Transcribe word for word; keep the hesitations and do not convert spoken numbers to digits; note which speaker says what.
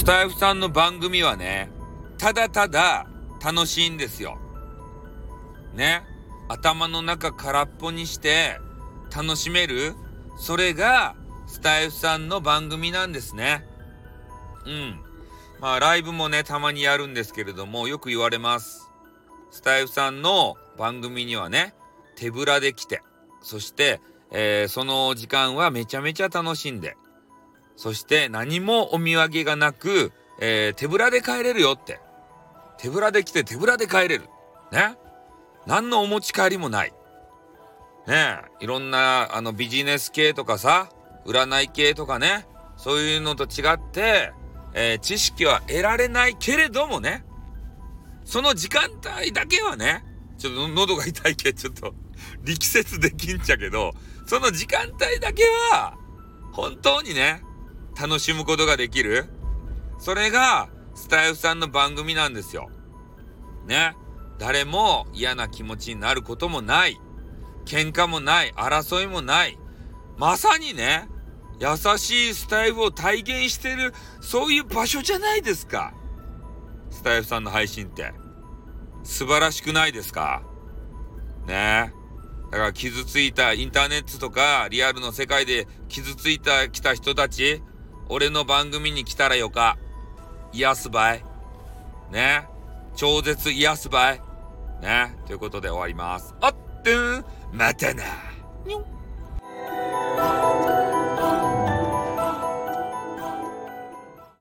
Speaker 1: スタイフさんの番組はね、ただただ楽しいんですよ。ね。頭の中空っぽにして楽しめる、それがスタイフさんの番組なんですね。うん。まあライブもね、たまにやるんですけれども、よく言われます。スタイフさんの番組にはね、手ぶらで来て、そして、えー、その時間はめちゃめちゃ楽しんで、そして何もお土産がなく、えー、手ぶらで帰れるよって。手ぶらで来て手ぶらで帰れる。ね。何のお持ち帰りもない。ねえ、いろんなあのビジネス系とかさ、占い系とかね、そういうのと違って、えー、知識は得られないけれどもね、その時間帯だけはね、ちょっと喉が痛いけちょっと力説できんちゃけど、その時間帯だけは本当にね、楽しむことができる。それがスタイフさんの番組なんですよ。ね。誰も嫌な気持ちになることもない。喧嘩もない。争いもない。まさにね、優しいスタイフを体現してる、そういう場所じゃないですか。スタイフさんの配信って。素晴らしくないですかね。だから傷ついたインターネットとかリアルの世界で傷ついたきた人たち、俺の番組に来たらよか。癒すばい。ね。超絶癒すばい。ね。ということで終わります。あっ、またな。にょん。